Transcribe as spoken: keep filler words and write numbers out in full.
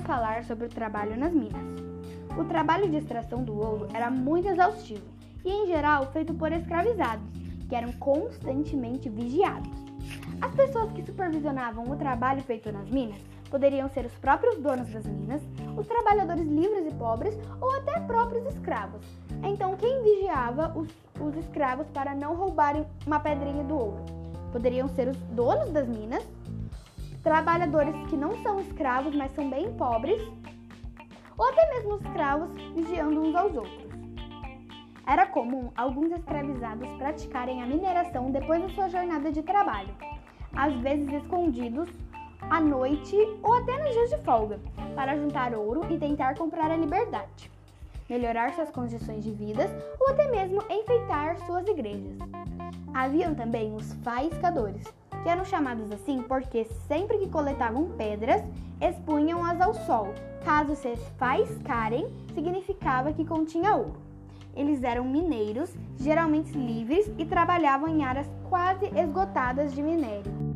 vamos falar sobre o trabalho nas minas. O trabalho de extração do ouro era muito exaustivo e, em geral, feito por escravizados, que eram constantemente vigiados. As pessoas que supervisionavam o trabalho feito nas minas poderiam ser os próprios donos das minas, os trabalhadores livres e pobres ou até próprios escravos. Então, quem vigiava os, os escravos para não roubarem uma pedrinha do ouro? Poderiam ser os donos das minas, trabalhadores que não são escravos, mas são bem pobres, ou até mesmo os escravos vigiando uns aos outros. Era comum alguns escravizados praticarem a mineração depois da sua jornada de trabalho, às vezes escondidos à noite ou até nos dias de folga, para juntar ouro e tentar comprar a liberdade, melhorar suas condições de vida ou até mesmo enfeitar suas igrejas. Haviam também os faiscadores, que eram chamados assim porque sempre que coletavam pedras, expunham-as ao sol. Caso se faiscarem, significava que continha ouro. Eles eram mineiros, geralmente livres, e trabalhavam em áreas quase esgotadas de minério.